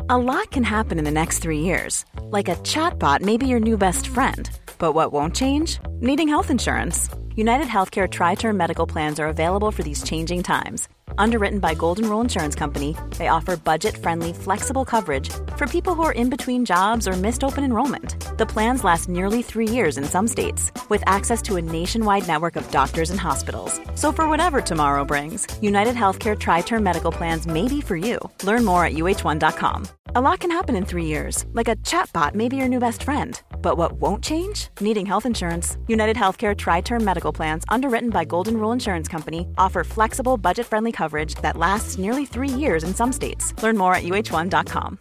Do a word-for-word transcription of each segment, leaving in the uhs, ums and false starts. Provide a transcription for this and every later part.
A lot can happen in the next three years. Like a chatbot may be your new best friend. But what won't change? Needing health insurance. United Healthcare Tri-Term Medical Plans are available for these changing times. Underwritten by Golden Rule Insurance Company, they offer budget-friendly, flexible coverage for people who are in between jobs or missed open enrollment. The plans last nearly three years in some states, with access to a nationwide network of doctors and hospitals. So for whatever tomorrow brings, United Healthcare Tri-Term Medical Plans may be for you. Learn more at U H one dot com. A lot can happen in three years, like a chatbot may be your new best friend. But what won't change? Needing health insurance. United Healthcare Tri-Term Medical Plans, underwritten by Golden Rule Insurance Company, offer flexible, budget-friendly coverage that lasts nearly three years in some states. Learn more at U H one dot com.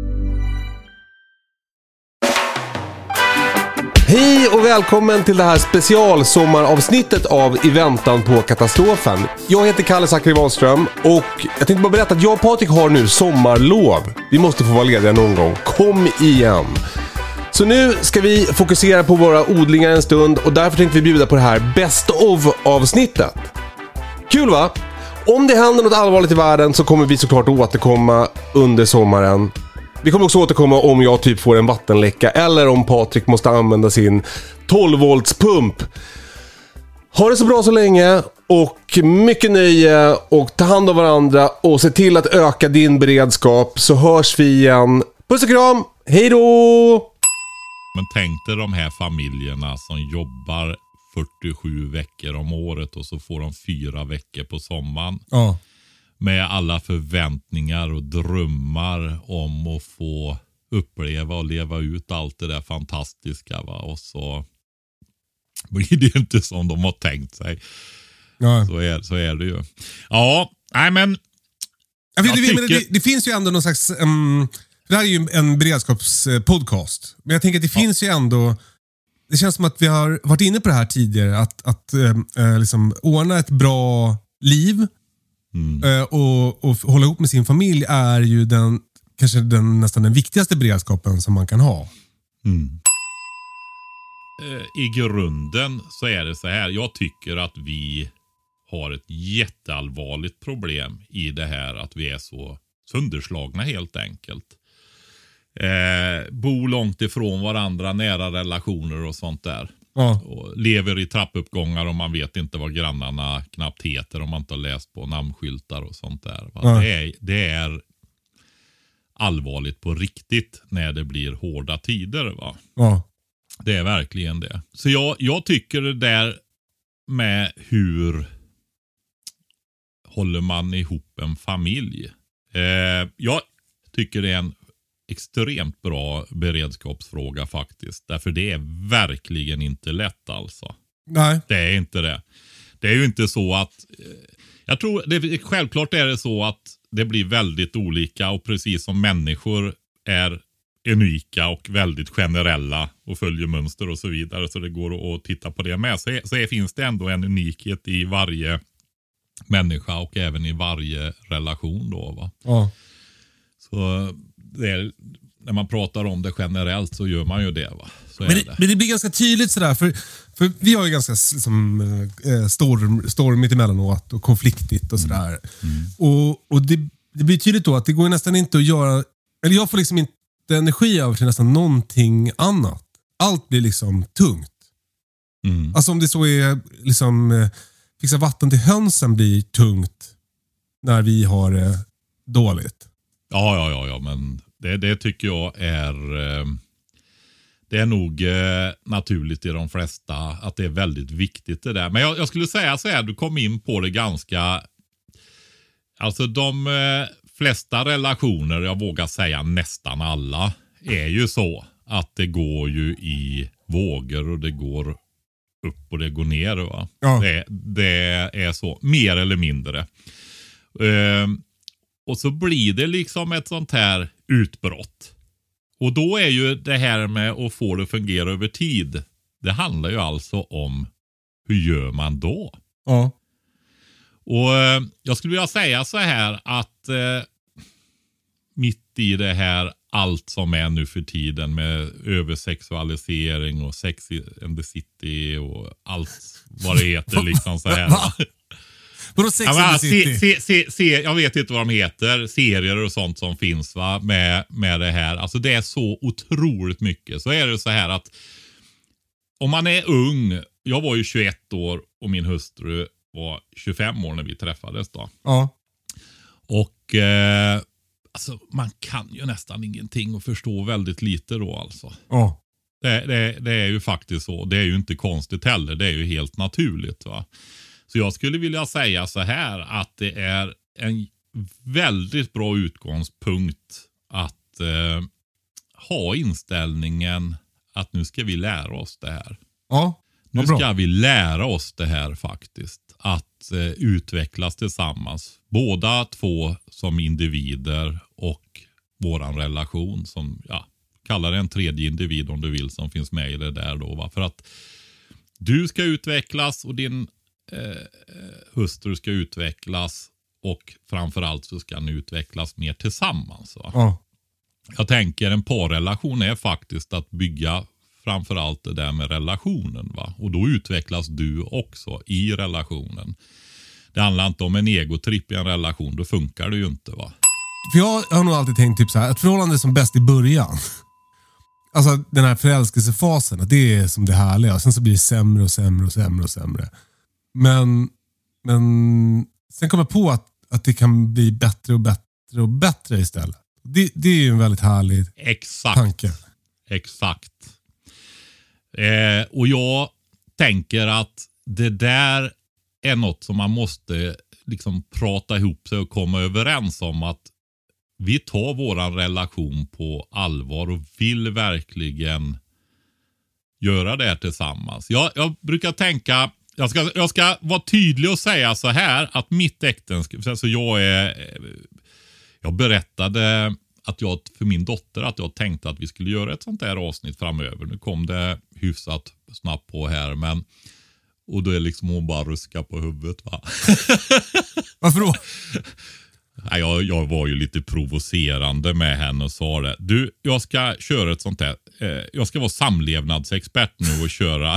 Hej och välkommen till det här specialsommaravsnittet av I väntan på katastrofen. Jag heter Kalle Zackari Wahlström och jag tänkte bara berätta att jag och Patrik har nu sommarlov. Vi måste få vara lediga någon gång. Kom igen! Så nu ska vi fokusera på våra odlingar en stund och därför tänkte vi bjuda på det här Best of-avsnittet. Kul va? Om det händer något allvarligt i världen så kommer vi såklart återkomma under sommaren. Vi kommer också återkomma om jag typ får en vattenläcka eller om Patrik måste använda sin tolv volts pump. Ha det så bra så länge och mycket nöje och ta hand om varandra och se till att öka din beredskap, så hörs vi igen. Puss och kram, hej då! Men tänk dig de här familjerna som jobbar fyrtiosju veckor om året och så får de fyra veckor på sommaren. Ja. Med alla förväntningar och drömmar om att få uppleva och leva ut allt det där fantastiska, va? Och så blir det inte som de har tänkt sig. Ja. Så, är, så är det ju. Ja, nej men... Jag vet, jag det, tycker... men det, det finns ju ändå någon slags... Um, det här är ju en beredskapspodcast. Men jag tänker att det ja. finns ju ändå... Det känns som att vi har varit inne på det här tidigare. Att, att äh, liksom ordna ett bra liv... Mm. Uh, och, och hålla ihop med sin familj är ju den kanske den, nästan den viktigaste beredskapen som man kan ha. Mm. Uh, I grunden så är det så här. Jag tycker att vi har ett jätteallvarligt problem i det här att vi är så sönderslagna helt enkelt. Uh, bo långt ifrån varandra, nära relationer och sånt där. Ja. Och lever i trappuppgångar och man vet inte vad grannarna knappt heter om man inte har läst på namnskyltar och sånt där. Va? Ja. Det, är, det är allvarligt på riktigt när det blir hårda tider. Va? Ja. Det är verkligen det. Så jag, jag tycker det där med hur håller man ihop en familj. Eh, jag tycker det är en extremt bra beredskapsfråga faktiskt. Därför det är verkligen inte lätt alltså. Nej. Det är inte det. Det är ju inte så att... Jag tror, det, självklart är det så att det blir väldigt olika och precis som människor är unika och väldigt generella och följer mönster och så vidare, så det går att titta på det med. Så, är, så är, finns det ändå en unikhet i varje människa och även i varje relation då, va? Ja. Så... Det är, när man pratar om det generellt så gör man ju det, va? Så men, det, det. men det blir ganska tydligt sådär, för, för vi har ju ganska liksom, eh, storm, stormigt emellanåt och konfliktigt och sådär. Mm. Mm. Och, och det, det blir tydligt då att det går nästan inte att göra, eller jag får liksom inte energi över till nästan någonting annat. Allt blir liksom tungt. Mm. Alltså om det så är liksom eh, fixa vatten till hönsen blir tungt när vi har det eh, dåligt. Ja, ja, ja, ja, men det, det tycker jag är eh, det är nog eh, naturligt i de flesta att det är väldigt viktigt det där. Men jag, jag skulle säga så här, du kom in på det ganska, alltså de eh, flesta relationer, jag vågar säga nästan alla, är ju så att det går ju i vågor och det går upp och det går ner, va? Ja. Det, det är så, mer eller mindre. Eh, Och så blir det liksom ett sånt här utbrott. Och då är ju det här med att få det att fungera över tid. Det handlar ju alltså om hur gör man då? Ja. Och eh, jag skulle vilja säga så här att eh, mitt i det här allt som är nu för tiden med översexualisering och sex in the city och allt vad det heter liksom så här. Vadå Sex Ja, and the City? se, se, se, se, jag vet inte vad de heter. Serier och sånt som finns va med, med det här. Alltså det är så otroligt mycket. Så är det så här att om man är ung. Jag var ju tjugoett år och min hustru var tjugofem år när vi träffades då. Ja. Och eh, alltså man kan ju nästan ingenting och förstå väldigt lite då alltså. Ja. Det, det, det är ju faktiskt så. Det är ju inte konstigt heller. Det är ju helt naturligt va. Så jag skulle vilja säga så här att det är en väldigt bra utgångspunkt att eh, ha inställningen att nu ska vi lära oss det här. Ja. Nu bra. ska vi lära oss det här faktiskt. Att eh, utvecklas tillsammans. Båda två som individer och våran relation som, ja, kallar det en tredje individ om du vill som finns med i det där då va. För att du ska utvecklas och din eh, hustru ska utvecklas och framförallt så ska ni utvecklas mer tillsammans va. Ja. Jag tänker en parrelation är faktiskt att bygga framförallt det där med relationen va. Och då utvecklas du också i relationen. Det handlar inte om en egotripp i en relation, då funkar det ju inte va. För jag har nog alltid tänkt typ så här, ett förhållande är som bäst i början. Alltså den här förälskelsefasen, att det är som det härliga. Sen så blir det sämre och sämre och sämre och sämre. Men, men sen kommer jag på att, att det kan bli bättre och bättre och bättre istället. Det, det är ju en väldigt härlig Exakt. tanke. Exakt. Eh, och jag tänker att det där är något som man måste liksom prata ihop sig och komma överens om att vi tar våran relation på allvar och vill verkligen göra det här tillsammans. Jag, jag brukar tänka, jag ska, jag ska vara tydlig och säga så här att mitt äktenskap, alltså jag är, jag berättade att jag för min dotter att jag tänkte att vi skulle göra ett sånt här avsnitt framöver. Nu kom det hyfsat snabbt på här men och då är liksom hon bara ruska på huvudet va. Varför då? Nej, jag, jag var ju lite provocerande med henne och sa det. Du, jag ska köra ett sånt här. Eh, jag ska vara samlevnadsexpert nu och köra.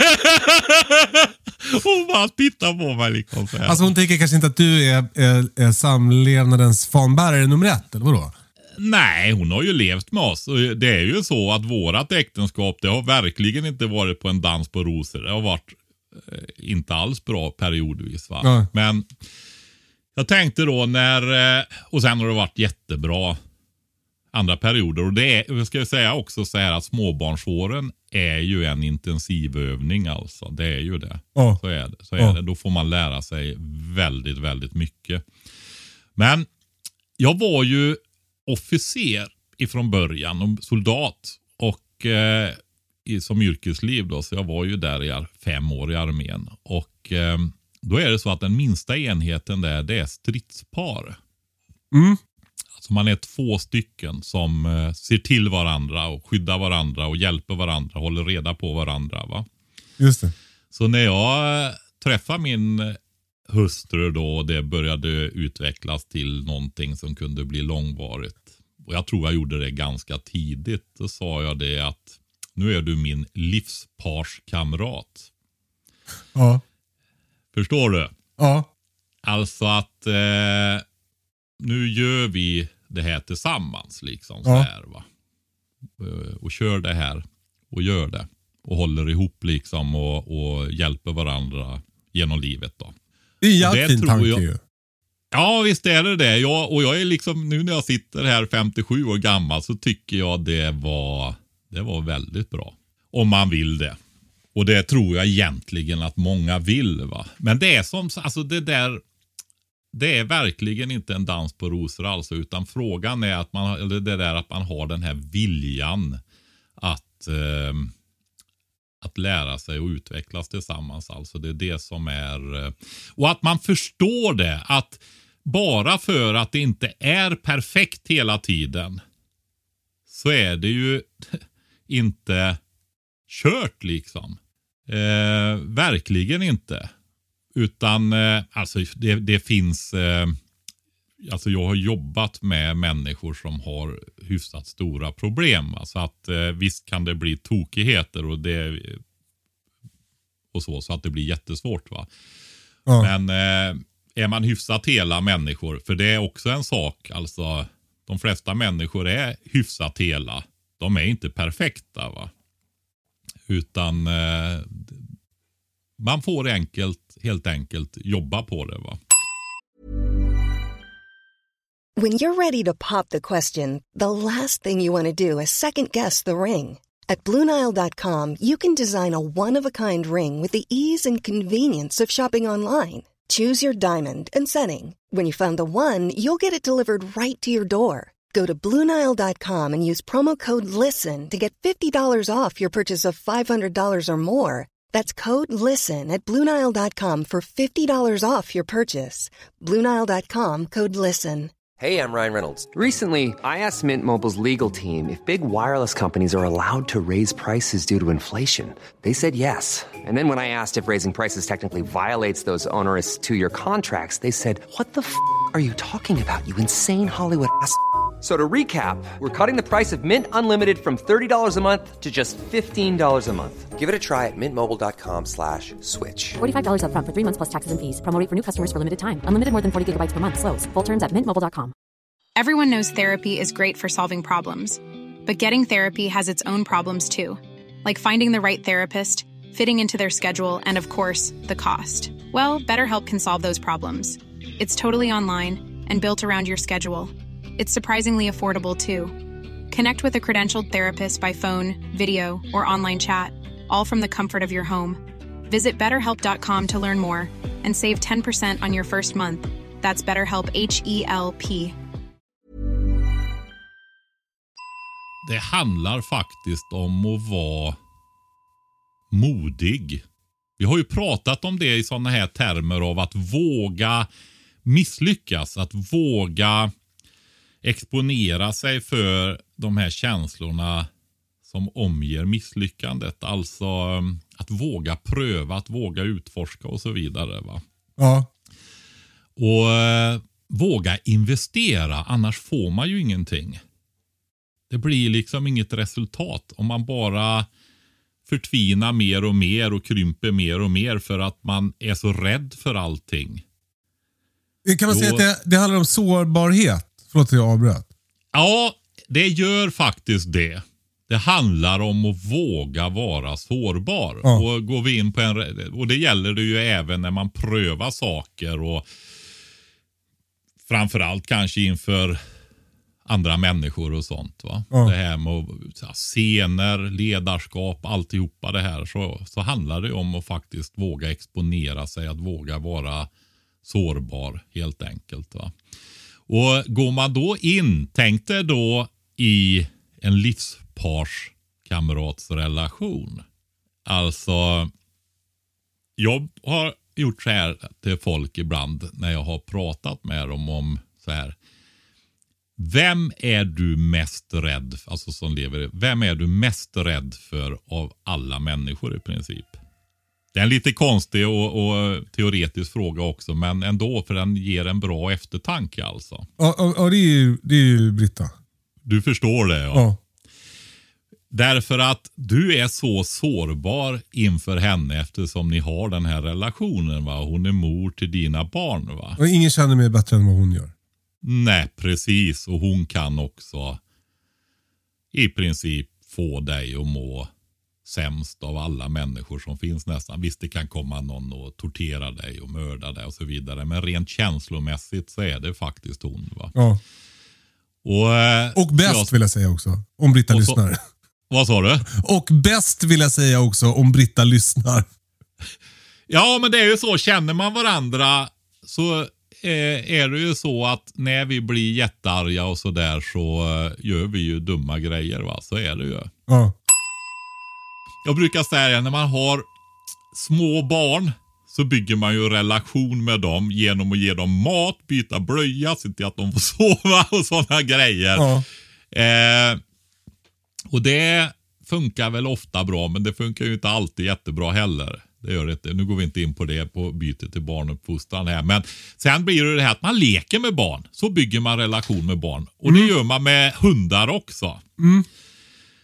Hon bara tittar på mig liksom så här. Alltså hon tänker kanske inte att du är, är, är samlevnadens fanbärare nummer ett, eller vadå? Nej, hon har ju levt med oss. Och det är ju så att vårat äktenskap, det har verkligen inte varit på en dans på rosor. Det har varit eh, inte alls bra periodvis va. Ja. Men jag tänkte då när, och sen har det varit jättebra andra perioder. Och det är, jag ska säga också så här att småbarnsåren är ju en intensivövning alltså. Det är ju det. Ja. Så är det. Så är Ja. det. Då får man lära sig väldigt, väldigt mycket. Men jag var ju officer ifrån början och soldat och eh, i, som yrkesliv då. Så jag var ju där i fem år i armén. Och eh, då är det så att den minsta enheten där det är stridspar. Mm. Alltså man är två stycken som eh, ser till varandra och skyddar varandra och hjälper varandra, håller reda på varandra va. Just det. Så när jag eh, träffade min hustru då och det började utvecklas till någonting som kunde bli långvarigt. Och jag tror jag gjorde det ganska tidigt. Då sa jag det att nu är du min livsparskamrat. Ja. Förstår du? Ja. Alltså att eh, nu gör vi det här tillsammans liksom så Ja. här va. Eh, Och kör det här och gör det. Och håller ihop liksom och, och hjälper varandra genom livet då. Det är en Och det jättefin tror tanke jag- ju. Ja visst är det det. Jag, och jag är liksom nu när jag sitter här femtiosju år gammal så tycker jag det var, det var väldigt bra. Om man vill det. Och det tror jag egentligen att många vill va. Men det är som, alltså det där, det är verkligen inte en dans på rosor alltså. Utan frågan är att man, eller det där att man har den här viljan att, eh, att lära sig och utvecklas tillsammans. Alltså det är det som är, eh, och att man förstår det. Att bara för att det inte är perfekt hela tiden så är det ju inte kört liksom. Eh, verkligen inte. Utan eh, alltså det, det finns eh, alltså jag har jobbat med människor som har hyfsat stora problem. Alltså att eh, visst kan det bli tokigheter och det och så, så att det blir jättesvårt va. Ja. Men eh, är man hyfsat hela människor, för det är också en sak, alltså de flesta människor är hyfsat hela. De är inte perfekta, va? Utan eh, man får enkelt, helt enkelt jobba på det, va? When you're ready to pop the question, the last thing you want to do is second guess the ring. At Blue Nile dot com, you can design a one-of-a-kind ring with the ease and convenience of shopping online. Choose your diamond and setting. When you find the one, you'll get it delivered right to your door. Go to Blue Nile dot com and use promo code LISTEN to get fifty dollars off your purchase of five hundred dollars or more. That's code LISTEN at Blue Nile dot com for fifty dollars off your purchase. Blue Nile dot com, code LISTEN. Hey, I'm Ryan Reynolds. Recently, I asked Mint Mobile's legal team if big wireless companies are allowed to raise prices due to inflation. They said yes. And then when I asked if raising prices technically violates those onerous two-year contracts, they said, what the f*** are you talking about, you insane Hollywood ass f- So to recap, we're cutting the price of Mint Unlimited from thirty dollars a month to just fifteen dollars a month. Give it a try at mintmobile.com slash switch. forty-five dollars up front for three months plus taxes and fees. Promo rate for new customers for limited time. Unlimited more than forty gigabytes per month. Slows full terms at mint mobile dot com. Everyone knows therapy is great for solving problems. But getting therapy has its own problems too. Like finding the right therapist, fitting into their schedule, and of course, the cost. Well, BetterHelp can solve those problems. It's totally online and built around your schedule. It's surprisingly affordable, too. Connect with a credentialed therapist by phone, video, or online chat, all from the comfort of your home. Visit better help dot com to learn more and save ten percent on your first month. That's BetterHelp, H E L P. Det handlar faktiskt om att vara modig. Vi har ju pratat om det i sådana här termer av att våga misslyckas, att våga exponera sig för de här känslorna som omger misslyckandet. Alltså att våga pröva, att våga utforska och så vidare, va? Ja. Och eh, våga investera, annars får man ju ingenting. Det blir liksom inget resultat om man bara förtvinar mer och mer och krymper mer och mer för att man är så rädd för allting. Kan man Då... säga att det, det handlar om sårbarhet? Förlåt att jag avbröt. Ja, det gör faktiskt det. Det handlar om att våga vara sårbar. Ja. Och går vi in på en, och det gäller det ju även när man prövar saker och framförallt kanske inför andra människor och sånt, va? Ja. Det här med ja, scener, ledarskap, alltihopa det här, så, så handlar det om att faktiskt våga exponera sig, att våga vara sårbar helt enkelt, va? Och går man då in, tänk dig då i en livsparskamratsrelation. Alltså, jag har gjort så här till folk ibland när jag har pratat med dem om så här. Vem är du mest rädd, alltså som lever, vem är du mest rädd för av alla människor i princip? Det är en lite konstig och, och teoretisk fråga också, men ändå, för den ger en bra eftertanke alltså. Ja, ja, ja det, är ju, det är ju Britta. Du förstår det, ja. Ja. Därför att du är så sårbar inför henne eftersom ni har den här relationen, va? Hon är mor till dina barn, va? Och ingen känner mig bättre än vad hon gör. Nej, precis. Och hon kan också i princip få dig att må sämst av alla människor som finns nästan. Visst, det kan komma någon och tortera dig och mörda dig och så vidare. Men rent känslomässigt så är det faktiskt hon, va? Ja. Och, och bäst jag, vill jag säga också, om Britta lyssnar. Så, vad sa du? Och bäst vill jag säga också, om Britta lyssnar. Ja, men det är ju så. Känner man varandra så eh, är det ju så att när vi blir jättearga och så där så eh, gör vi ju dumma grejer, va? Så är det ju. Ja. Jag brukar säga när man har små barn så bygger man ju relation med dem genom att ge dem mat, byta blöja, se till att de får sova och sådana grejer. Ja. Eh, och det funkar väl ofta bra, men det funkar ju inte alltid jättebra heller. Det gör det inte. Nu går vi inte in på det på bytet till barnuppfostran här. Men sen blir det det här att man leker med barn. Så bygger man relation med barn. Och mm. det gör man med hundar också. Mm.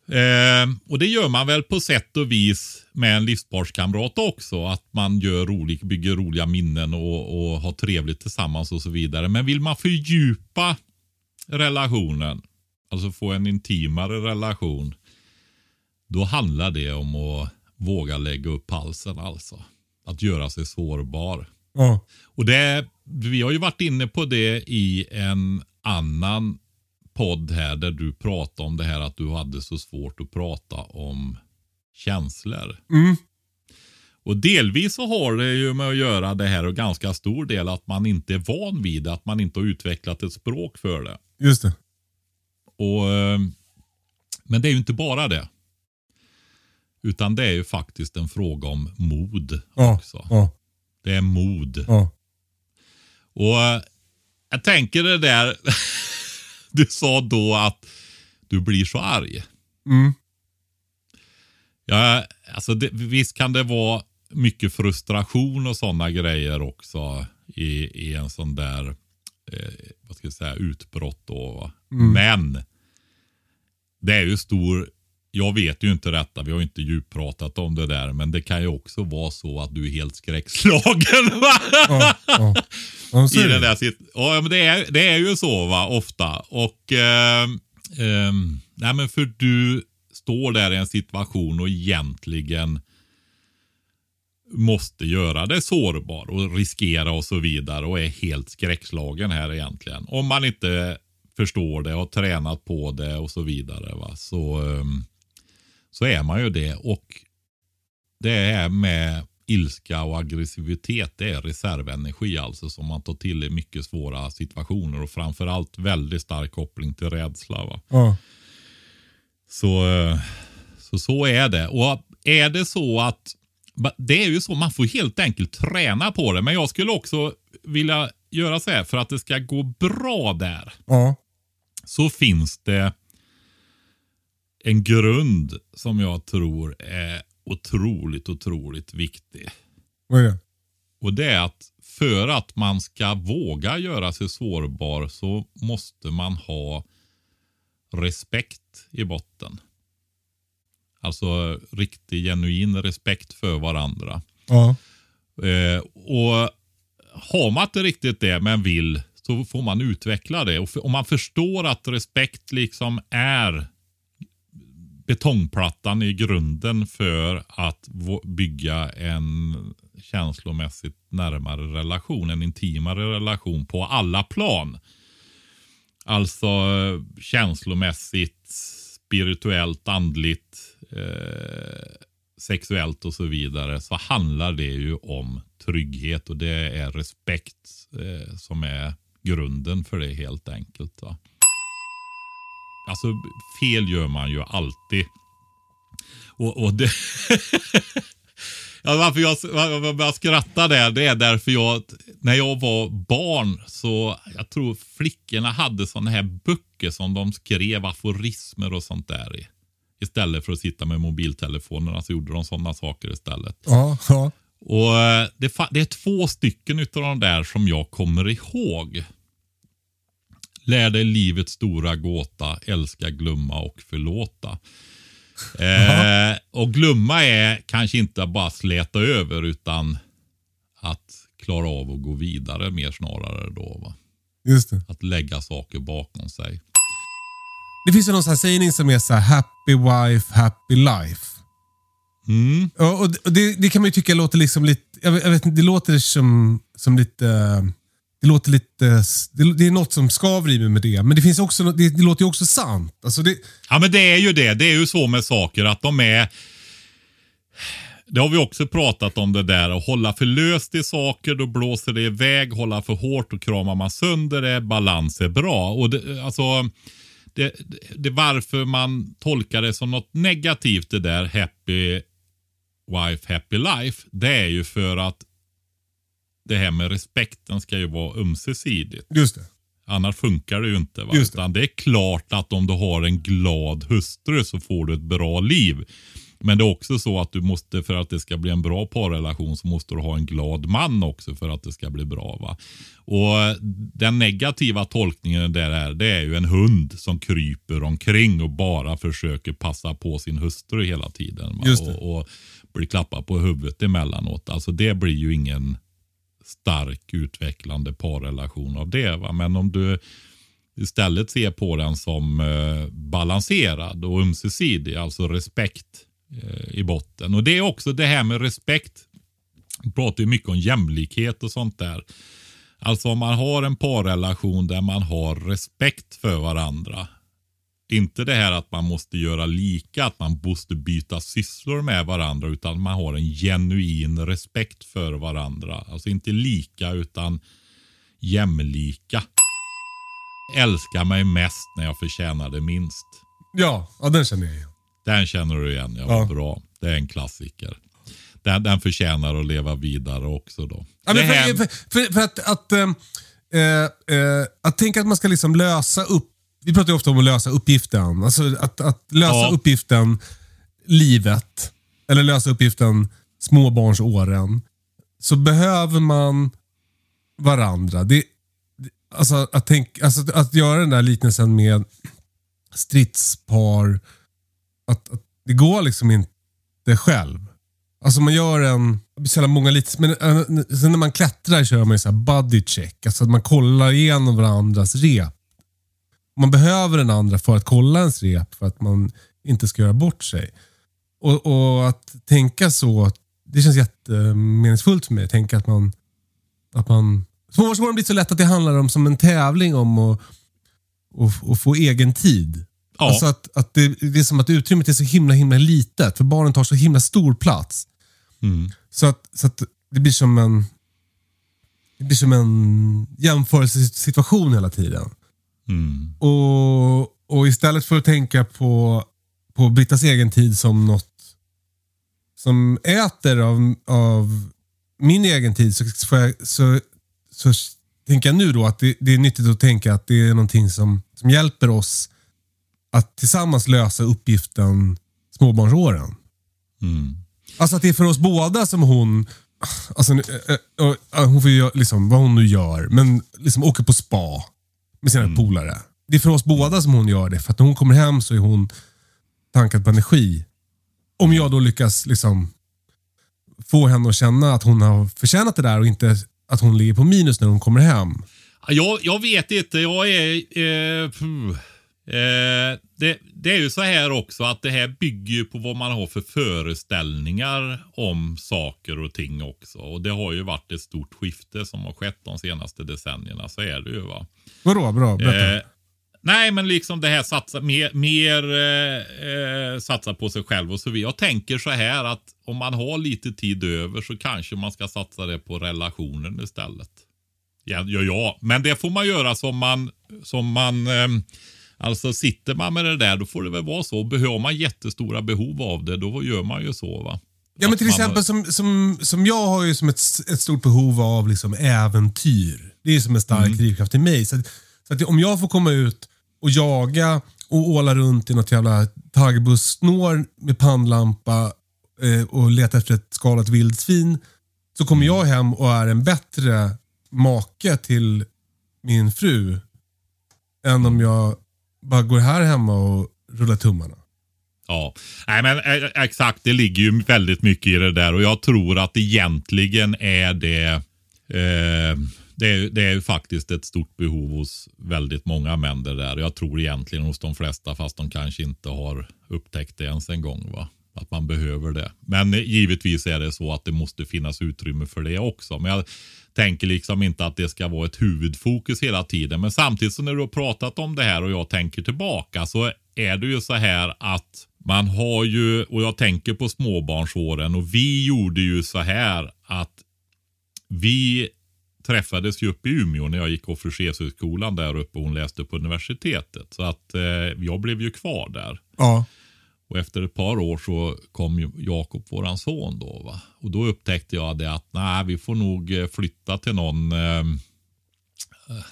Eh, och det gör man väl på sätt och vis med en livsparskamrat också. Att man gör rolig, bygger roliga minnen och, och har trevligt tillsammans och så vidare. Men vill man fördjupa relationen, alltså få en intimare relation, då handlar det om att våga lägga upp halsen alltså. Att göra sig sårbar. Ja. Och det, vi har ju varit inne på det i en annan podd här där du pratade om det här att du hade så svårt att prata om känslor. Mm. Och delvis så har det ju med att göra det här och ganska stor del att man inte är van vid det, att man inte har utvecklat ett språk för det. Just det. Och, men det är ju inte bara det. Utan det är ju faktiskt en fråga om mod Ja. också. Ja. Det är mod. Ja. Och jag tänker det där du sa då att du blir så arg. Mm. Ja, alltså det, visst kan det vara mycket frustration och sådana grejer också i, i en sån där eh, vad ska jag säga, utbrott då. Mm. Men det är ju stor, jag vet ju inte detta, vi har inte djuppratat om det där, men det kan ju också vara så att du är helt skräckslagen va? Ja, ja. Ja, så I är den det. där sit- ja, men det är, det är ju så va, ofta. Och eh, eh, nej men för du står där i en situation och egentligen måste göra det sårbar och riskera och så vidare och är helt skräckslagen här egentligen. Om man inte förstår det och har tränat på det och så vidare va, så, eh, så är man ju det. Och det är med ilska och aggressivitet, det är reservenergi alltså som man tar till i mycket svåra situationer och framförallt väldigt stark koppling till rädsla va. Ja. Så, så så är det. Och är det så att det är ju så, man får helt enkelt träna på det, men jag skulle också vilja göra så här för att det ska gå bra där. Ja. Så finns det en grund som jag tror är otroligt, otroligt viktig. Vad är det? Och det är att för att man ska våga göra sig sårbar så måste man ha respekt i botten. Alltså riktig, genuin respekt för varandra. Ja. Eh, och har man inte riktigt det men vill, så får man utveckla det. Och för, om man förstår att respekt liksom är betongplattan i grunden för att v- bygga en känslomässigt närmare relation, en intimare relation på alla plan. Alltså känslomässigt, spirituellt, andligt, eh, sexuellt och så vidare, så handlar det ju om trygghet och det är respekt eh, som är grunden för det helt enkelt va. Alltså fel gör man ju alltid. Och, och det ja, varför jag, varför jag skrattar där, det är därför jag, när jag var barn så, jag tror flickorna hade såna här böcker som de skrev aforismer och sånt där i. Istället för att sitta med mobiltelefonerna så gjorde de sådana saker istället. Ja, ja. Och det, det är två stycken utav de där som jag kommer ihåg. Lär dig livets stora gåta, älska, glömma och förlåta. Eh, och glömma är kanske inte bara släta över utan att klara av att gå vidare mer snarare då va. Just det. Att lägga saker bakom sig. Det finns ju någon sån här sägning som är så här: happy wife, happy life. Mm. Ja, och det, och det, det kan man ju tycka låter liksom lite, jag vet, jag vet inte, det låter som, som lite, det låter lite, det, det är något som skaver i mig med det. Men det finns också, det, det låter ju också sant. Alltså det... Ja men det är ju det, det är ju så med saker att de är, det har vi också pratat om det där, att hålla för löst i saker, då blåser det iväg, hålla för hårt och kramar man sönder det, balans är bra. Och det, alltså det, det varför man tolkar det som något negativt det där happy wife, happy life, det är ju för att det här med respekten ska ju vara ömsesidigt. Just det. Annars funkar det ju inte va? Just det. Utan det är klart att om du har en glad hustru så får du ett bra liv. Men det är också så att du måste, för att det ska bli en bra parrelation, så måste du ha en glad man också för att det ska bli bra, va. Och den negativa tolkningen där är, det är ju en hund som kryper omkring och bara försöker passa på sin hustru hela tiden, va? Just det. Och, och blir klappad på huvudet emellanåt. Alltså det blir ju ingen stark utvecklande parrelation av det, va. Men om du istället ser på den som eh, balanserad och ömsesidig, alltså respekt eh, i botten. Och det är också det här med respekt. Vi pratar ju mycket om jämlikhet och sånt där. Alltså om man har en parrelation där man har respekt för varandra. Inte det här att man måste göra lika, att man måste byta sysslor med varandra, utan man har en genuin respekt för varandra. Alltså inte lika utan jämlika. Älskar mig mest när jag förtjänar det minst. Ja, ja, den känner jag igen. Den känner du igen, ja, Ja. bra. Det är en klassiker. Den, den förtjänar att leva vidare också då. Ja, Det men här- för, för, för, för att, att, äh, äh, att tänka att man ska liksom lösa upp, vi pratar ju ofta om att lösa uppgiften. Alltså att, att lösa Ja. uppgiften livet, eller lösa uppgiften småbarnsåren, så behöver man varandra. Det, alltså, att tänk, alltså att göra den där liknelsen med stridspar, att, att det går liksom inte själv. Alltså man gör en, det blir så jävla många lite, men äh, sen när man klättrar kör man ju så här body check, alltså att man kollar igenom varandras rep. Man behöver den andra för att kolla ens rep, för att man inte ska göra bort sig. Och, och att tänka så, det känns jättemeningsfullt för mig. Att tänka att man, att man småbarnsåren blir så lätt att det handlar om som en tävling om att och, och få egen tid. Ja. Alltså att, att det, det är som att utrymmet är så himla himla litet, för barnen tar så himla stor plats. Mm. Så att, så att det blir som en det blir som en jämförelsesituation hela tiden. Mm. Och, och istället för att tänka på, på Brittas egen tid som något som äter av, av min egen tid, så, så, får jag, så, så tänker jag nu då att det, det är nyttigt att tänka att det är någonting som, som hjälper oss att tillsammans lösa uppgiften småbarnsåren. Mm. Alltså att det är för oss båda som hon, alltså, äh, äh, äh, hon får ju liksom vad hon nu gör, men liksom åker på spa med sina Mm. polare. Det är för oss båda som hon gör det, för att när hon kommer hem så är hon tankad på energi. Om jag då lyckas liksom få henne att känna att hon har förtjänat det där och inte att hon ligger på minus när hon kommer hem. Jag, jag vet inte, jag är... Eh, puh. eh, det, det är ju så här också att det här bygger ju på vad man har för föreställningar om saker och ting också. Och det har ju varit ett stort skifte som har skett de senaste decennierna, så är det ju, va. Vadå? Bra, berätta. Eh, nej, men liksom det här satsa mer, mer eh, eh, satsa på sig själv och så vidare. Jag tänker så här att om man har lite tid över så kanske man ska satsa det på relationen istället. Ja, ja, ja. Men det får man göra som man, som man eh, alltså sitter man med det där, då får det väl vara så. Behöver man jättestora behov av det, då gör man ju så, va. Ja, men Att till man- exempel som, som, som jag har ju som ett, ett stort behov av liksom äventyr. Det är som en stark drivkraft i mig. Så, att, så att om jag får komma ut och jaga och åla runt i något jävla taggbussnår med pannlampa eh, och leta efter ett skalat vildsvin, så kommer jag hem och är en bättre make till min fru än om jag bara går här hemma och rullar tummarna. Ja, nej men eh, exakt, det ligger ju väldigt mycket i det där och jag tror att egentligen är det eh, det, är, det är ju faktiskt ett stort behov hos väldigt många män det där. Jag tror egentligen hos de flesta, fast de kanske inte har upptäckt det ens en gång, va. Att man behöver det. Men eh, givetvis är det så att det måste finnas utrymme för det också. Men jag tänker liksom inte att det ska vara ett huvudfokus hela tiden. Men samtidigt så när du har pratat om det här och jag tänker tillbaka, så är det ju så här att man har ju, och jag tänker på småbarnsåren, och vi gjorde ju så här att vi träffades ju uppe i Umeå när jag gick officershögskolan där uppe och hon läste på universitetet. Så att eh, jag blev ju kvar där. Ja. Och efter ett par år så kom ju Jakob, våran son då, va. Och då upptäckte jag det att nej, vi får nog flytta till någon eh,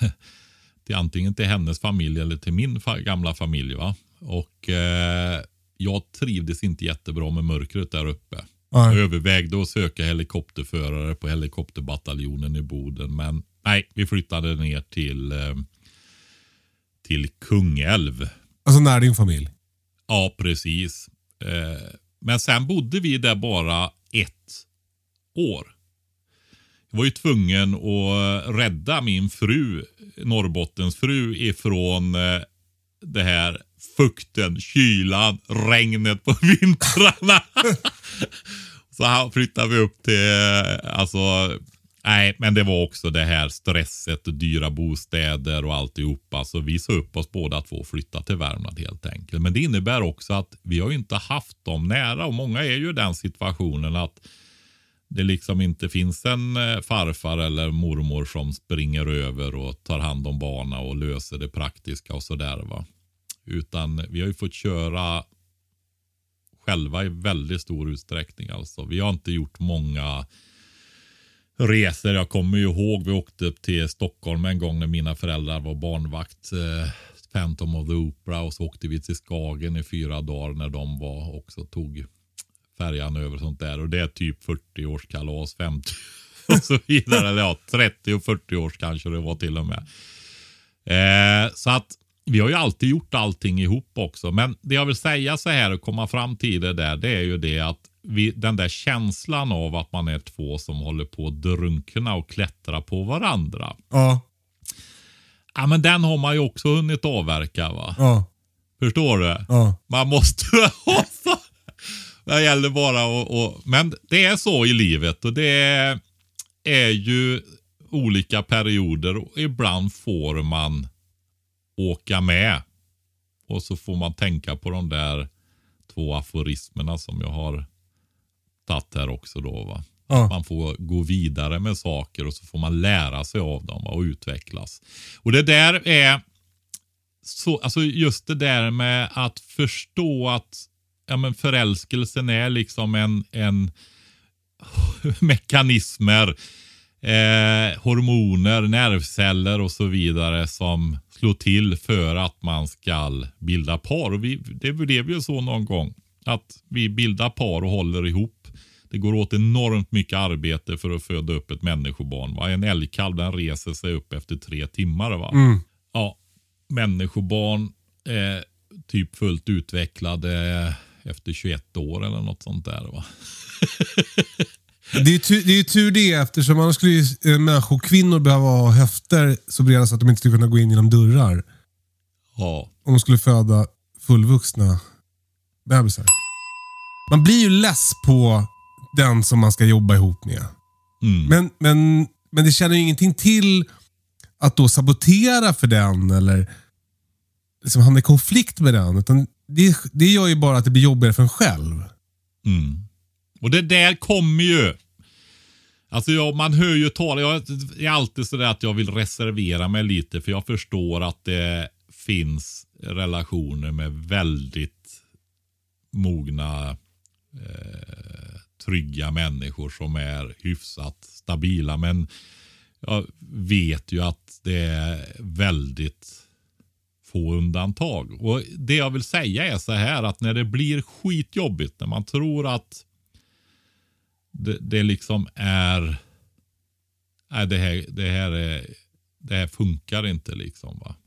till antingen till hennes familj eller till min fa- gamla familj, va. Och eh, jag trivdes inte jättebra med mörkret där uppe. Nej. Jag övervägde att söka helikopterförare på helikopterbataljonen i Boden. Men nej, vi flyttade ner till, eh, till Kungälv. Alltså nära din familj? Ja, precis. Eh, men sen bodde vi där bara ett år. Jag var ju tvungen att rädda min fru, Norrbottens fru, ifrån eh, det här fukten, kylan, regnet på vintrarna. Så här flyttade vi upp till, alltså, nej, men det var också det här stresset, dyra bostäder och alltihopa. Så vi så upp oss båda två och flytta till Värmland helt enkelt. Men det innebär också att vi har ju inte haft dem nära, och många är ju i den situationen att det liksom inte finns en farfar eller mormor som springer över och tar hand om barnen och löser det praktiska och sådär, va. Utan vi har ju fått köra själva i väldigt stor utsträckning alltså. Vi har inte gjort många resor. Jag kommer ju ihåg vi åkte upp till Stockholm en gång när mina föräldrar var barnvakt. Eh, Phantom of the Opera, och så åkte vi till Skagen i fyra dagar när de var också tog färjan över sånt där. Och det är typ fyrtio-årskalas, femtio och så vidare. Eller ja, trettio och fyrtio års kanske det var till och med. Eh, så att vi har ju alltid gjort allting ihop också. Men det jag vill säga så här och komma fram till det där, det är ju det att vi, den där känslan av att man är två som håller på att drunkna och klättra på varandra. Ja. Ja, men den har man ju också hunnit avverka, va? Ja. Förstår du? Ja. Man måste ha så. Det gäller bara att, och, men det är så i livet, och det är, är ju olika perioder, och ibland får man åka med. Och så får man tänka på de där två aforismerna som jag har tagit här också då, va. Ja. Man får gå vidare med saker och så får man lära sig av dem och utvecklas. Och det där är så, alltså just det där med att förstå att ja, men förälskelsen är liksom en, en mekanismer, eh, hormoner, nervceller och så vidare som slår till för att man ska bilda par. Och vi, det blev ju så någon gång att vi bildar par och håller ihop. Det går åt enormt mycket arbete för att föda upp ett människobarn, va? En älgkalv, den reser sig upp efter tre timmar, va? Mm. Ja, människobarn är typ fullt utvecklade efter tjugoett år eller något sånt där, va? Det är, tur, det är tur det, eftersom annars skulle ju människor, kvinnor behöva ha höfter så breda så att de inte skulle kunna gå in genom dörrar. Ja. Om de skulle föda fullvuxna bebisar. Man blir ju less på den som man ska jobba ihop med. Mm. Men, men, men det känner ju ingenting till att då sabotera för den eller liksom hamna i konflikt med den. Utan det, det gör ju bara att det blir jobbigare för en själv. Mm. Och det där kommer ju. Alltså jag, man hör ju tala. Jag är alltid så där att jag vill reservera mig lite. För jag förstår att det finns relationer med väldigt mogna eh, trygga människor som är hyfsat stabila. Men jag vet ju att det är väldigt få undantag. Och det jag vill säga är så här att när det blir skitjobbigt, när man tror att det, det liksom är nej, det här, det här är det här funkar inte liksom, va.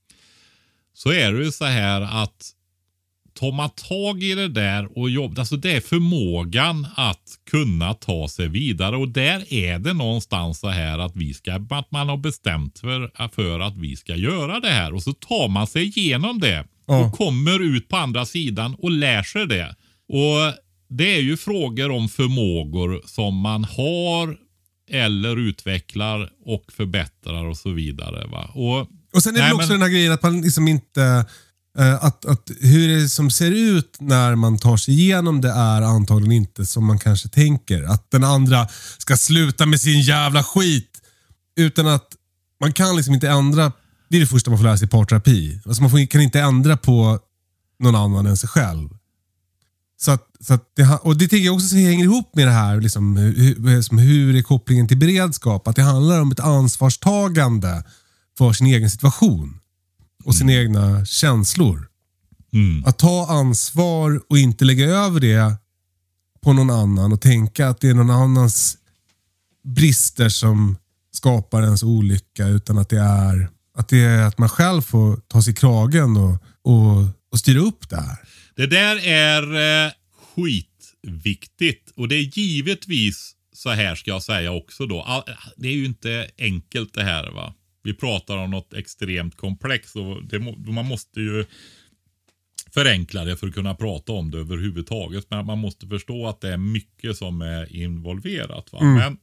Så är det ju så här att tar man tag i det där och jobbar, alltså det är förmågan att kunna ta sig vidare, och där är det någonstans så här att vi ska, att man har bestämt för, för att vi ska göra det här, och så tar man sig igenom det och mm. kommer ut på andra sidan och lär sig det. Och det är ju frågor om förmågor som man har eller utvecklar och förbättrar och så vidare, va. Och, och sen är det nej, också men, den här grejen att man liksom inte Att, att hur det som ser ut när man tar sig igenom det är antagligen inte som man kanske tänker. Att den andra ska sluta med sin jävla skit. Utan att man kan liksom inte ändra. Det är det första man får lära sig i parterapi. Alltså man får, kan inte ändra på någon annan än sig själv. Så att, så att det, och det tycker jag också hänger ihop med det här. Liksom, hur, hur är kopplingen till beredskap? Att det handlar om ett ansvarstagande för sin egen situation. Och sina mm. egna känslor. Mm. Att ta ansvar och inte lägga över det på någon annan och tänka att det är någon annans brister som skapar ens olycka, utan att det är att, det är att man själv får ta sig i kragen och, och, och styra upp det här. Det där är eh, skitviktigt, och det är givetvis så här ska jag säga också då. All, det är ju inte enkelt det här, va. Vi pratar om något extremt komplext och det, man måste ju förenkla det för att kunna prata om det överhuvudtaget. Men man måste förstå att det är mycket som är involverat, va. Mm. Men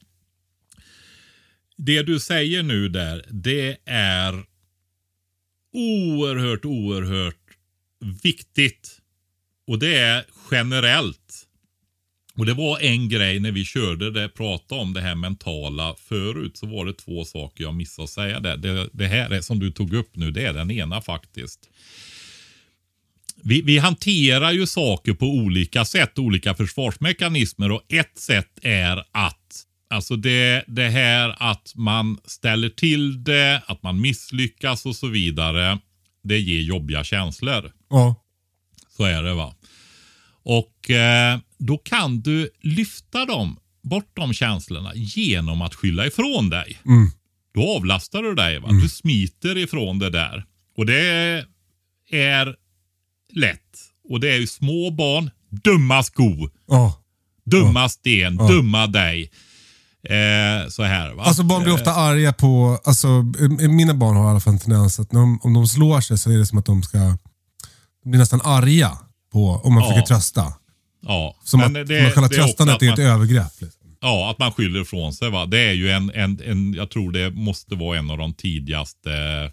det du säger nu där, det är oerhört, oerhört viktigt. Och det är generellt. Och det var en grej när vi körde det, pratade om det här mentala förut, så var det två saker jag missade att säga där. Det, det här är, som du tog upp nu, det är den ena faktiskt. Vi, vi hanterar ju saker på olika sätt, olika försvarsmekanismer, och ett sätt är att Alltså det, det här att man ställer till det, att man misslyckas och så vidare, det ger jobbiga känslor. Ja. Så är det, va. Och eh, då kan du lyfta dem, bort de känslorna genom att skylla ifrån dig. Mm. Då avlastar du dig, va. Mm. Du smiter ifrån det där. Och det är lätt. Och det är ju små barn, dumma sko. Ja. Dumma ja. sten, ja. dumma dig. Eh, så här, va? Alltså barn blir ofta arga på, alltså mina barn har i alla fall en tendens att när de, om de slår sig så är det som att de ska de blir nästan arga på om man ja. försöker trösta. Ja. Som Men att det, man själva tröstandet är, är ett man, övergrepp. Liksom. Ja, att man skyller ifrån sig, va. Det är ju en, en, en, jag tror det måste vara en av de tidigaste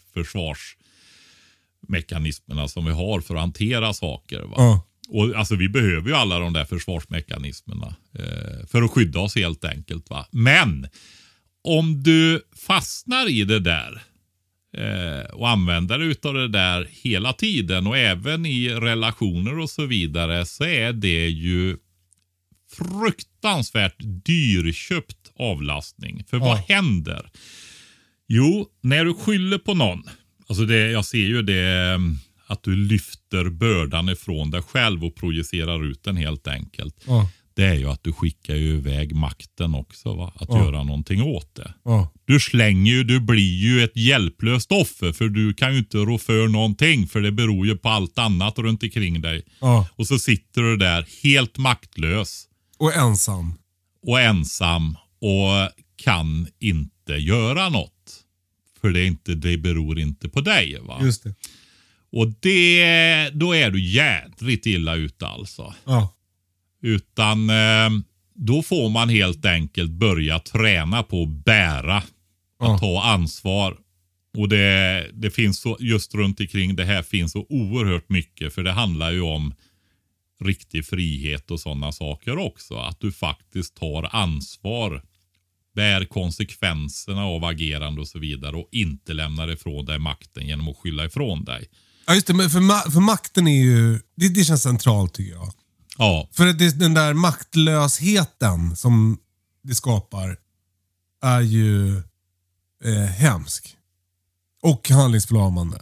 försvarsmekanismerna som vi har för att hantera saker, va. Ja. Och alltså vi behöver ju alla de där försvarsmekanismerna eh, för att skydda oss helt enkelt, va. Men om du fastnar i det där eh, och använder dig utav det där hela tiden och även i relationer och så vidare, så är det ju fruktansvärt dyrköpt avlastning. För ja. vad händer? Jo, när du skyller på någon, alltså det, jag ser ju det, att du lyfter bördan ifrån dig själv och projicerar ut den helt enkelt. Ja. Det är ju att du skickar ju iväg makten också, va? Att ja. göra någonting åt det. Ja. Du slänger ju, du blir ju ett hjälplöst offer, för du kan ju inte rå för någonting, för det beror ju på allt annat runt omkring dig. Ja. Och så sitter du där helt maktlös. Och ensam. Och ensam och kan inte göra något. För det, är inte, det beror inte på dig, va? Just det. Och det, då är du jädrigt illa ute alltså. Ja. Utan eh, då får man helt enkelt börja träna på att bära. Ja. Att ta ansvar. Och det, det finns så, just runt omkring det här finns så oerhört mycket. För det handlar ju om riktig frihet och sådana saker också. Att du faktiskt tar ansvar. Bär konsekvenserna av agerande och så vidare. Och inte lämnar ifrån dig makten genom att skylla ifrån dig. Ja just det, men för, ma- för makten är ju, det, det känns centralt tycker jag. Ja. För det, den där maktlösheten som det skapar är ju eh, hemsk. Och handlingsförlamande.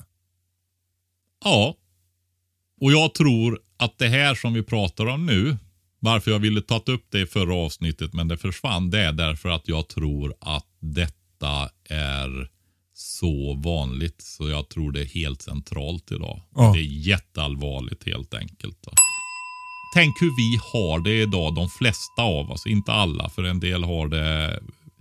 Ja. Och jag tror att det här som vi pratar om nu, varför jag ville ta upp det i förra avsnittet men det försvann, det är därför att jag tror att detta är så vanligt, så jag tror det är helt centralt idag. Ja. Det är jätteallvarligt helt enkelt. Då. Tänk hur vi har det idag, de flesta av oss, inte alla, för en del har det,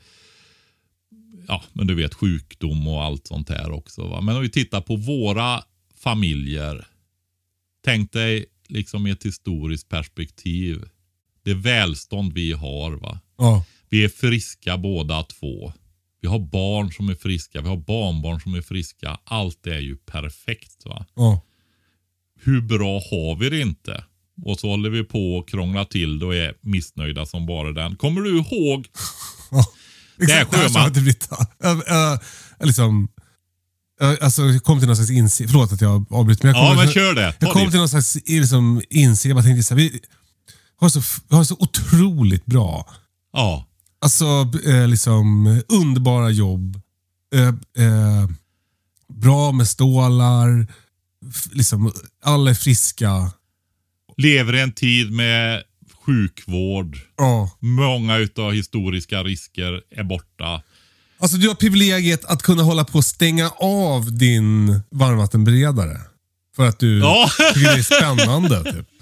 ja men du vet, sjukdom och allt sånt här också, va? Men om vi tittar på våra familjer, tänk dig liksom i ett historiskt perspektiv, det välstånd vi har, va? Ja. Vi är friska båda två. Vi har barn som är friska. Vi har barnbarn som är friska. Allt är ju perfekt, va? Ja. Hur bra har vi det inte? Och så håller vi på och krånglar till det och är missnöjda som bara den. Kommer du ihåg? Ja, det är sjöman. Det blivit, uh, uh, liksom, uh, alltså, jag kom till någon slags insikt. Förlåt att jag avbryter. Men jag ja, kom, men kör det. Ta jag kom det. till någon slags liksom, insikt. Jag bara tänkte så här, vi har så, vi har så otroligt bra. Ja. Alltså eh, liksom underbara jobb. Eh, eh, bra med stålar. liksom, alla är friska. Lever i en tid med sjukvård. Ja. Många utav historiska risker är borta. Alltså du har privilegiet att kunna hålla på att stänga av din varmvattenberedare. För att du ja. tycker det är spännande typ.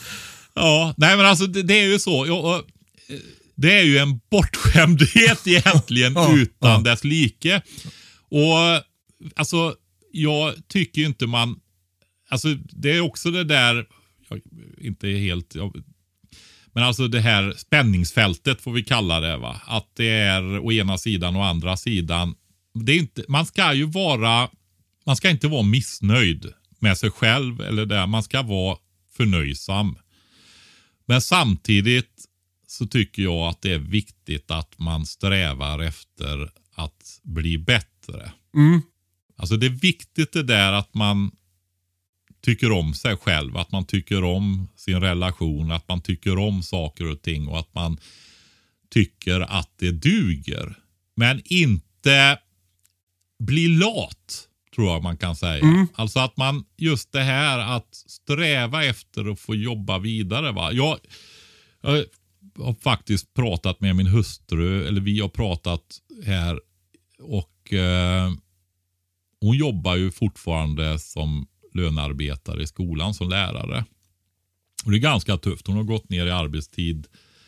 Ja, nej men alltså det, det är ju så. Jag, det är ju en bortskämdhet egentligen ja, utan ja. dess like. Och alltså jag tycker ju inte man, alltså det är också det där, jag, inte helt, jag, men alltså det här spänningsfältet får vi kalla det, va. Att det är å ena sidan och andra sidan. Det är inte, man ska ju vara, man ska inte vara missnöjd med sig själv eller där. Man ska vara förnöjsam. Men samtidigt så tycker jag att det är viktigt att man strävar efter att bli bättre. Mm. Alltså det är viktigt det där att man tycker om sig själv, att man tycker om sin relation, att man tycker om saker och ting och att man tycker att det duger. Men inte bli lat, tror jag man kan säga. Mm. Alltså att man, just det här att sträva efter att få jobba vidare, va. Jag, jag har faktiskt pratat med min hustru, eller vi har pratat här, och eh, hon jobbar ju fortfarande som lönearbetare i skolan som lärare. Och det är ganska tufft. Hon har gått ner i arbetstid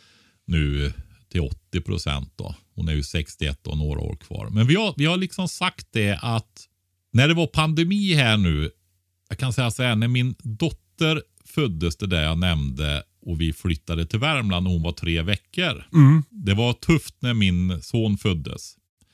nu till åttio procent då. Hon är ju sextioett och några år kvar. Men vi har, vi har liksom sagt det att när det var pandemi här nu, jag kan säga så här, när min dotter föddes, det där jag nämnde, och vi flyttade till Värmland när hon var tre veckor. Mm. Det var tufft när min son föddes.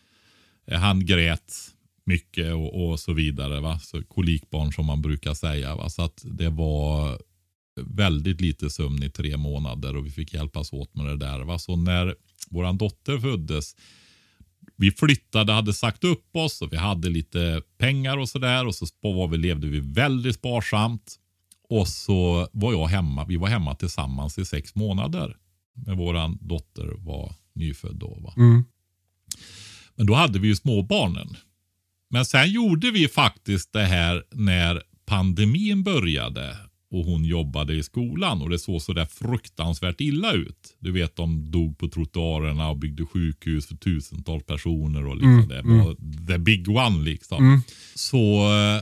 Han grät mycket och, och så vidare, va. Så kolikbarn som man brukar säga, va. Så att det var väldigt lite sömn i tre månader och vi fick hjälpas åt med det där, va. Så när våran dotter föddes, vi flyttade, hade sagt upp oss och vi hade lite pengar och sådär, och så var vi, levde vi väldigt sparsamt. Och så var jag hemma, vi var hemma tillsammans i sex månader. Med våran dotter var nyfödd då, va. Mm. Men då hade vi ju småbarnen. Men sen gjorde vi faktiskt det här när pandemin började och hon jobbade i skolan och det såg så där fruktansvärt illa ut. Du vet, de dog på trottoarerna och byggde sjukhus för tusentals personer och liksom mm, det var mm. the big one liksom. Mm. Så eh,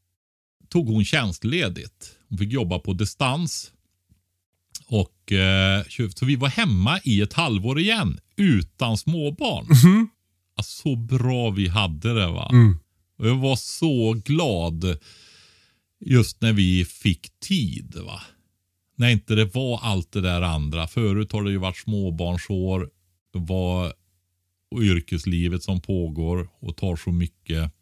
tog hon tjänstledigt. Hon fick jobba på distans. Och eh, så vi var hemma i ett halvår igen utan småbarn. Mm. Alltså, så bra vi hade det, va. Mm. Och jag var så glad just när vi fick tid, va. När inte det var allt det där andra. Förut har det ju varit småbarnsår. Det var yrkeslivet som pågår och tar så mycket.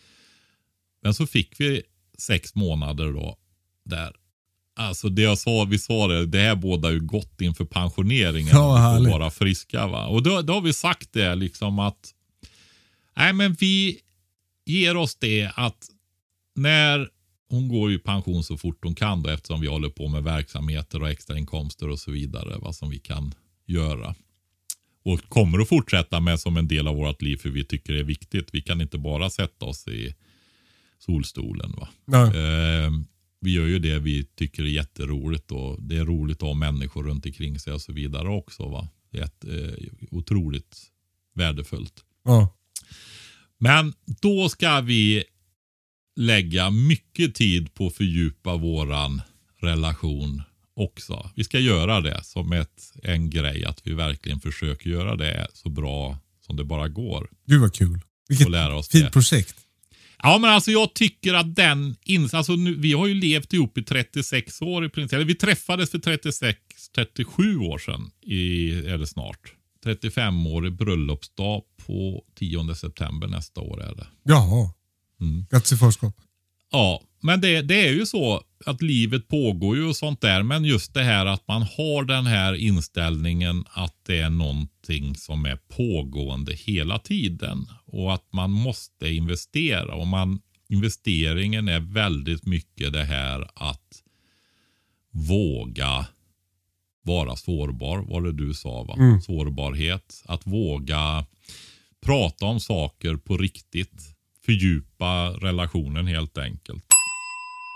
Men så fick vi sex månader då där. Alltså det jag sa, vi sa det, det här båda ju gott inför pensioneringen. Ja, och vara friska, va. Och då, då har vi sagt det liksom att nej, men vi ger oss det att när hon går i pension så fort hon kan då, eftersom vi håller på med verksamheter och extra inkomster och så vidare, vad som vi kan göra. Och kommer att fortsätta med som en del av vårt liv, för vi tycker det är viktigt. Vi kan inte bara sätta oss i solstolen, va. Eh, vi gör ju det vi tycker är jätteroligt och det är roligt att ha människor runt omkring sig och så vidare också, va. Det är ett, eh, otroligt värdefullt. Ja. Men då ska vi lägga mycket tid på att fördjupa våran relation också. Vi ska göra det som ett, en grej, att vi verkligen försöker göra det så bra som det bara går. Gud vad kul. Vilket fint det. projekt. Ja, men alltså jag tycker att den ins- alltså nu, vi har ju levt ihop i trettiosex år i princip. Eller vi träffades för trettiosex trettiosju år sedan i, eller snart. trettiofem år i bröllopsdag på tionde september nästa år är det. Jaha. Mm. Grattis i förskott. Ja, men det, det är ju så att livet pågår ju och sånt där. Men just det här att man har den här inställningen att det är någonting som är pågående hela tiden. Och att man måste investera. Och man, investeringen är väldigt mycket det här att våga vara sårbar, var det du sa, va? Mm. Sårbarhet. Att våga prata om saker på riktigt. Fördjupa relationen helt enkelt.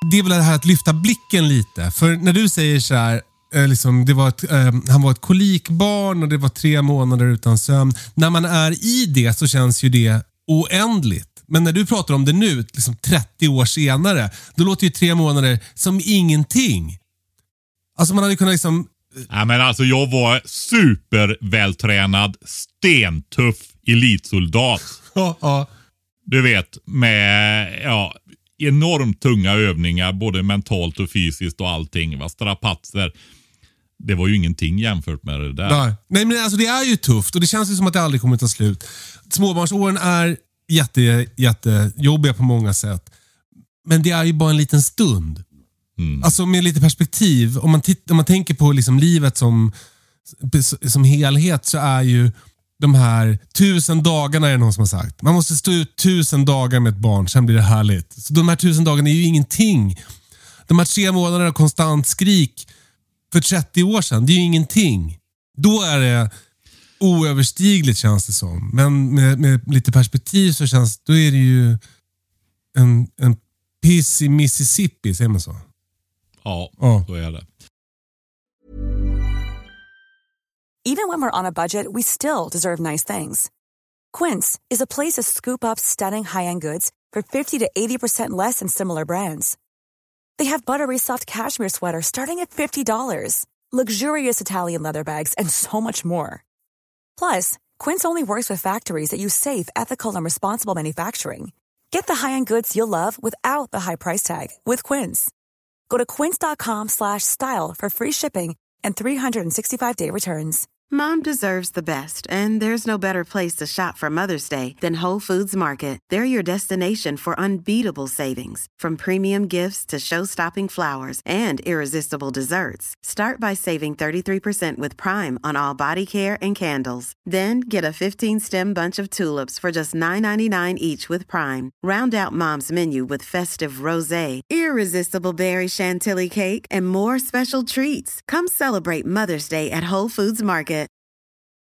Det är väl det här att lyfta blicken lite. För när du säger så här, eh, liksom, det var ett, eh, han var ett kolikbarn och det var tre månader utan sömn. När man är i det så känns ju det oändligt. Men när du pratar om det nu, liksom trettio år senare, då låter ju tre månader som ingenting. Alltså man hade kunnat liksom... Ja, men alltså jag var supervältränad, stentuff elitsoldat. Ja, ja. Du vet, med ja, enormt tunga övningar, både mentalt och fysiskt och allting. Va? Strapatser. Det var ju ingenting jämfört med det där. Nej, Nej men alltså det är ju tufft och det känns ju som att det aldrig kommer att ta slut. Småbarnsåren är jätte, jättejobbiga på många sätt. Men det är ju bara en liten stund. Mm. Alltså med lite perspektiv. Om man, titt- om man tänker på liksom livet som, som helhet så är ju de här tusen dagarna är det någon som har sagt. Man måste stå ut tusen dagar med ett barn, sen blir det härligt. Så de här tusen dagarna är ju ingenting. De här tre månaderna konstant skrik för trettio år sedan, det är ju ingenting. Då är det oöverstigligt känns det som. Men med, med lite perspektiv så känns då är det ju en, en piss i Mississippi, säger man så? Ja, ja, så är det. Even when we're on a budget, we still deserve nice things. Quince is a place to scoop up stunning high-end goods for fifty to eighty percent less than similar brands. They have buttery soft cashmere sweaters starting at fifty dollars, luxurious Italian leather bags, and so much more. Plus, Quince only works with factories that use safe, ethical, and responsible manufacturing. Get the high-end goods you'll love without the high price tag with Quince. Go to quince.com slash style for free shipping and three sixty-five day returns. Mom deserves the best, and there's no better place to shop for Mother's Day than Whole Foods Market. They're your destination for unbeatable savings, from premium gifts to show-stopping flowers and irresistible desserts. Start by saving thirty-three percent with Prime on all body care and candles. Then get a fifteen-stem bunch of tulips for just nine ninety-nine each with Prime. Round out Mom's menu with festive rosé, irresistible berry chantilly cake, and more special treats. Come celebrate Mother's Day at Whole Foods Market.